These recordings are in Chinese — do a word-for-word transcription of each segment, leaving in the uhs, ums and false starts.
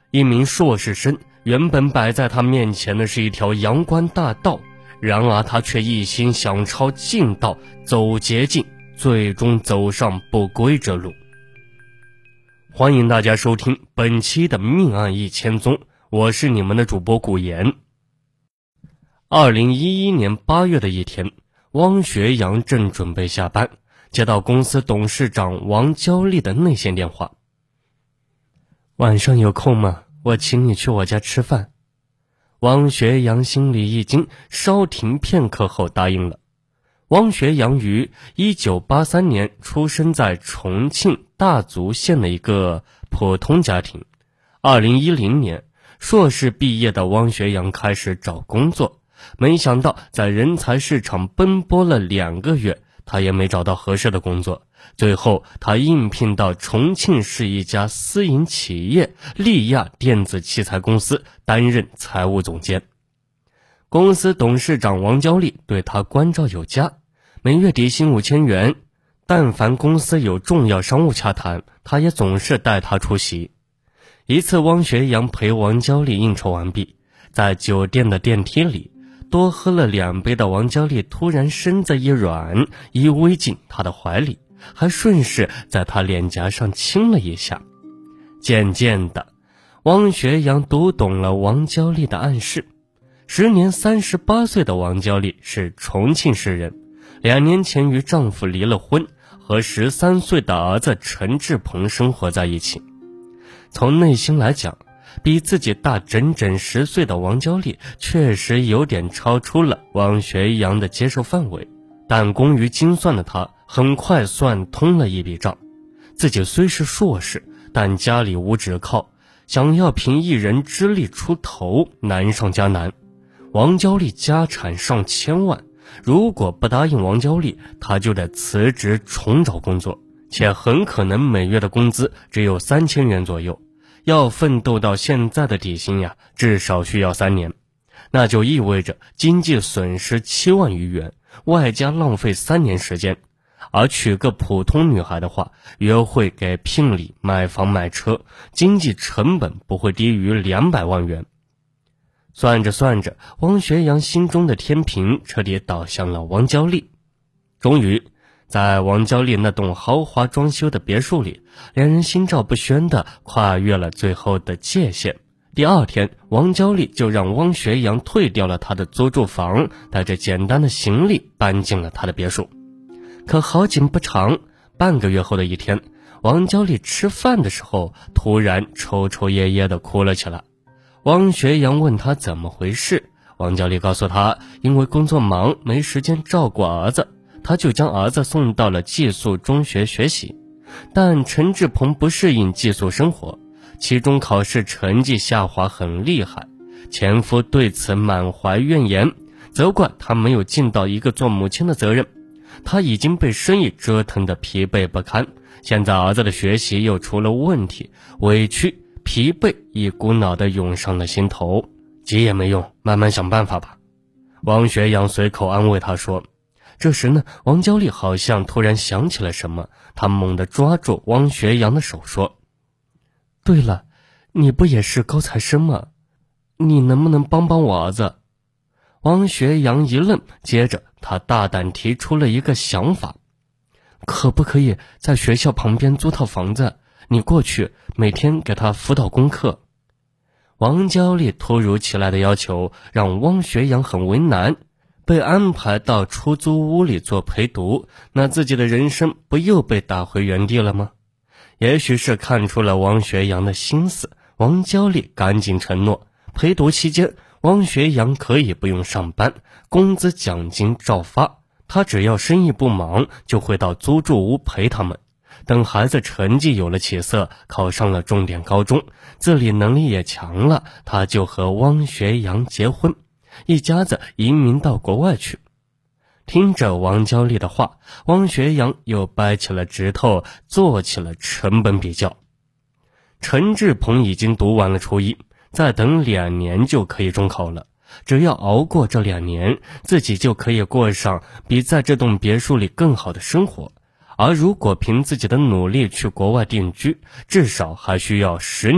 一名硕士生，原本摆在他面前的是一条阳关大道，然而他却一心想抄近道，走捷径，最终走上不归之路。欢迎大家收听本期的命案一千宗，我是你们的主播古言。二零一一年八月的一天，汪学阳正准备下班，接到公司董事长王娇丽的内线电话。晚上有空吗？我请你去我家吃饭。汪学阳心里一惊，稍停片刻后答应了。汪学阳于一九八三年出生在重庆大足县的一个普通家庭。二零一零年，硕士毕业的汪学阳开始找工作，没想到在人才市场奔波了两个月，他也没找到合适的工作。最后他应聘到重庆市一家私营企业利亚电子器材公司担任财务总监。公司董事长王娇丽对他关照有加，每月底薪五千元，但凡公司有重要商务洽谈，他也总是带他出席。一次汪学阳陪王娇丽应酬完毕，在酒店的电梯里多喝了两杯的王娇丽突然身子一软，依偎进他的怀里，还顺势在他脸颊上亲了一下。渐渐的，汪学阳读懂了王娇丽的暗示。时年三十八岁的王娇丽是重庆市人，两年前与丈夫离了婚，和十三岁的儿子陈志鹏生活在一起。从内心来讲，比自己大整整十岁的王娇丽确实有点超出了汪学阳的接受范围，但工于精算的他很快算通了一笔账。自己虽是硕士，但家里无职靠，想要凭一人之力出头，难上加难。王娇丽家产上千万，如果不答应王娇丽，他就得辞职重找工作，且很可能每月的工资只有三千元左右，要奋斗到现在的底薪呀，至少需要三年。那就意味着经济损失七万余元，外加浪费三年时间。而娶个普通女孩的话，约会给聘礼、买房买车，经济成本不会低于两百万元。算着算着，汪学阳心中的天平彻底倒向了王娇丽。终于在王娇丽那栋豪华装修的别墅里，两人心照不宣地跨越了最后的界限。第二天，王娇丽就让汪学阳退掉了他的租住房，带着简单的行李搬进了他的别墅。可好景不长，半个月后的一天，王娇丽吃饭的时候突然抽抽噎噎地哭了起来。汪学阳问他怎么回事，王娇丽告诉他，因为工作忙没时间照顾儿子，他就将儿子送到了寄宿中学学习。但陈志鹏不适应寄宿生活，期中考试成绩下滑很厉害，前夫对此满怀怨言，责怪他没有尽到一个做母亲的责任。他已经被生意折腾得疲惫不堪，现在儿子的学习又出了问题，委屈疲惫一股脑地涌上了心头。急也没用，慢慢想办法吧。汪学阳随口安慰他说。这时呢，王娇丽好像突然想起了什么，她猛地抓住汪学阳的手说，对了，你不也是高材生吗？你能不能帮帮我儿子？汪学阳一愣，接着他大胆提出了一个想法，可不可以在学校旁边租套房子，你过去每天给他辅导功课？王娇丽突如其来的要求让汪学阳很为难，被安排到出租屋里做陪读，那自己的人生不又被打回原地了吗？也许是看出了汪学阳的心思，王娇丽赶紧承诺，陪读期间汪学阳可以不用上班，工资奖金照发，他只要生意不忙就会到租住屋陪他们。等孩子成绩有了起色，考上了重点高中，自理能力也强了，他就和汪学阳结婚，一家子移民到国外去。听着王娇丽的话，汪学阳又掰起了指头做起了成本比较。陈志鹏已经读完了初一，再等两年就可以中考了，只要熬过这两年，自己就可以过上比在这栋别墅里更好的生活。而如果凭自己的努力去国外定居，至少还需要十年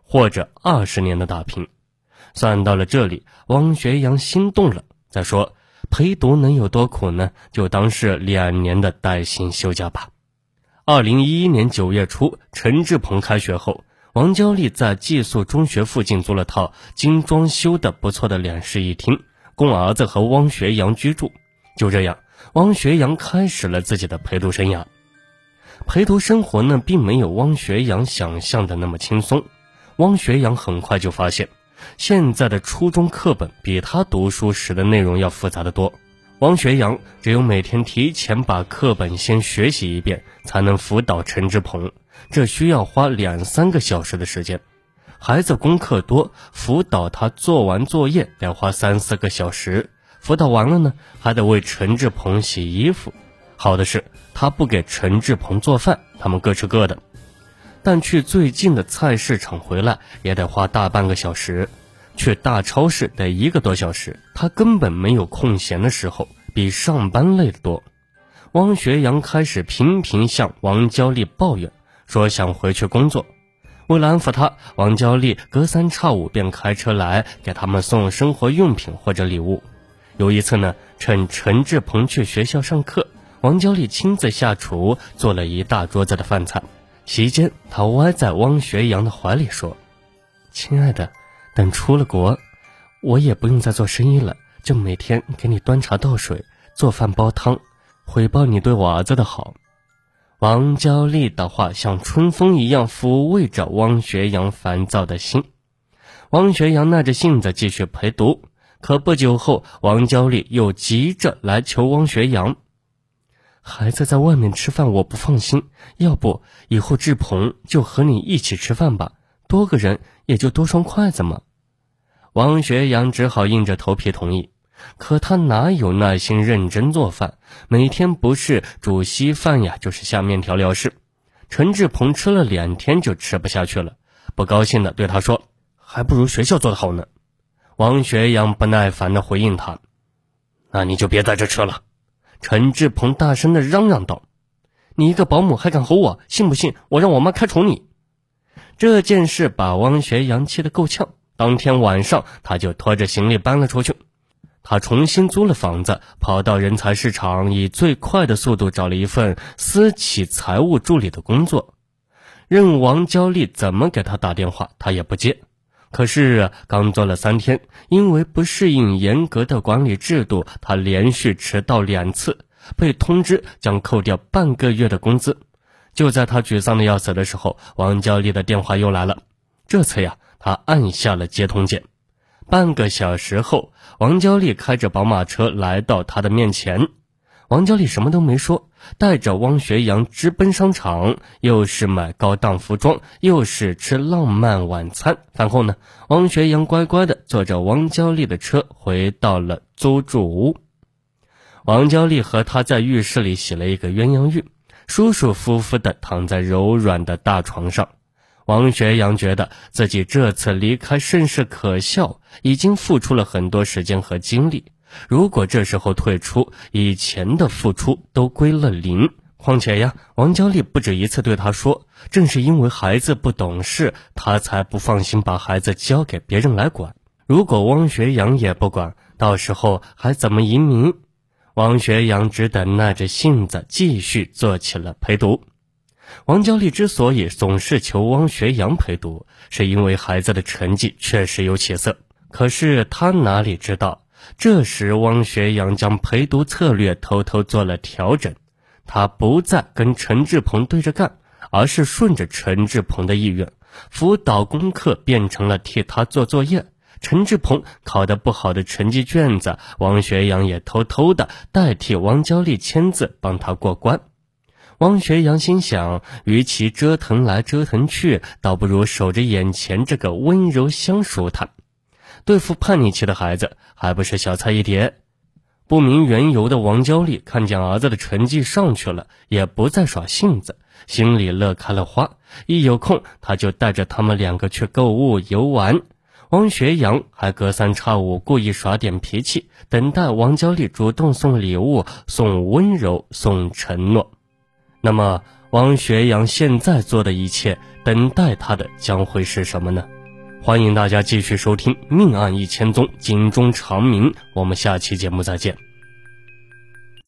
或者二十年的打拼。算到了这里，汪学阳心动了。再说陪读能有多苦呢？就当是两年的带薪休假吧。二零一一年九月初，陈志鹏开学后，王娇丽在寄宿中学附近租了套精装修的不错的两室一厅，供儿子和汪学阳居住。就这样，汪学阳开始了自己的陪读生涯。陪读生活呢，并没有汪学阳想象的那么轻松。汪学阳很快就发现，现在的初中课本比他读书时的内容要复杂得多。汪学阳只有每天提前把课本先学习一遍，才能辅导陈志鹏，这需要花两三个小时的时间。孩子功课多，辅导他做完作业得花三四个小时，辅导完了呢，还得为陈志鹏洗衣服。好的是，他不给陈志鹏做饭，他们各吃各的。但去最近的菜市场回来也得花大半个小时，去大超市得一个多小时，他根本没有空闲的时候，比上班累得多。汪学阳开始频频向王娇丽抱怨，说想回去工作。为了安抚他，王娇丽隔三差五便开车来给他们送生活用品或者礼物。有一次呢，趁陈志鹏去学校上课，王娇丽亲自下厨做了一大桌子的饭菜。席间，她歪在汪学阳的怀里说：亲爱的，等出了国，我也不用再做生意了，就每天给你端茶倒水，做饭煲汤，回报你对我儿子的好。王娇丽的话像春风一样抚慰着汪学阳烦躁的心。汪学阳耐着性子继续陪读，可不久后，王娇丽又急着来求汪学阳，孩子在外面吃饭我不放心，要不以后志鹏就和你一起吃饭吧，多个人也就多双筷子嘛。汪学阳只好硬着头皮同意，可他哪有耐心认真做饭，每天不是煮稀饭呀，就是下面条了事。陈志鹏吃了两天就吃不下去了，不高兴地对他说，还不如学校做得好呢。汪学阳不耐烦地回应他，那你就别在这吃了。陈志鹏大声地嚷嚷道，你一个保姆还敢吼我，信不信我让我妈开除你。这件事把汪学阳气得够呛，当天晚上他就拖着行李搬了出去。他重新租了房子，跑到人才市场，以最快的速度找了一份私企财务助理的工作。任王娇丽怎么给他打电话，他也不接。可是刚做了三天，因为不适应严格的管理制度，他连续迟到两次，被通知将扣掉半个月的工资。就在他沮丧的要死的时候，王娇丽的电话又来了。这次呀，他按下了接通键。半个小时后，王娇丽开着宝马车来到他的面前。王娇丽什么都没说，带着汪学阳直奔商场，又是买高档服装，又是吃浪漫晚餐。饭后呢，汪学阳乖乖地坐着王娇丽的车回到了租住屋。王娇丽和他在浴室里洗了一个鸳鸯浴，舒舒服服地躺在柔软的大床上。王学阳觉得自己这次离开甚是可笑，已经付出了很多时间和精力，如果这时候退出，以前的付出都归了零。况且呀，王娇丽不止一次对他说，正是因为孩子不懂事，他才不放心把孩子交给别人来管。如果汪学阳也不管，到时候还怎么移民？汪学阳只得耐着性子继续做起了陪读。王娇丽之所以总是求汪学阳陪读，是因为孩子的成绩确实有起色。可是他哪里知道，这时汪学阳将陪读策略偷偷做了调整。他不再跟陈志鹏对着干，而是顺着陈志鹏的意愿，辅导功课变成了替他做作业。陈志鹏考得不好的成绩卷子，汪学阳也偷偷的代替王娇丽签字帮他过关。汪学阳心想，与其折腾来折腾去，倒不如守着眼前这个温柔乡舒坦。对付叛逆期的孩子，还不是小菜一碟。不明缘由的王娇丽看见儿子的成绩上去了，也不再耍性子，心里乐开了花。一有空，他就带着他们两个去购物游玩。汪学阳还隔三差五故意耍点脾气，等待王娇丽主动送礼物，送温柔，送承诺。那么汪学阳现在做的一切，等待他的将会是什么呢？ 欢迎大家继续收听《命案一千宗》，警钟长鸣。我们下期节目再见。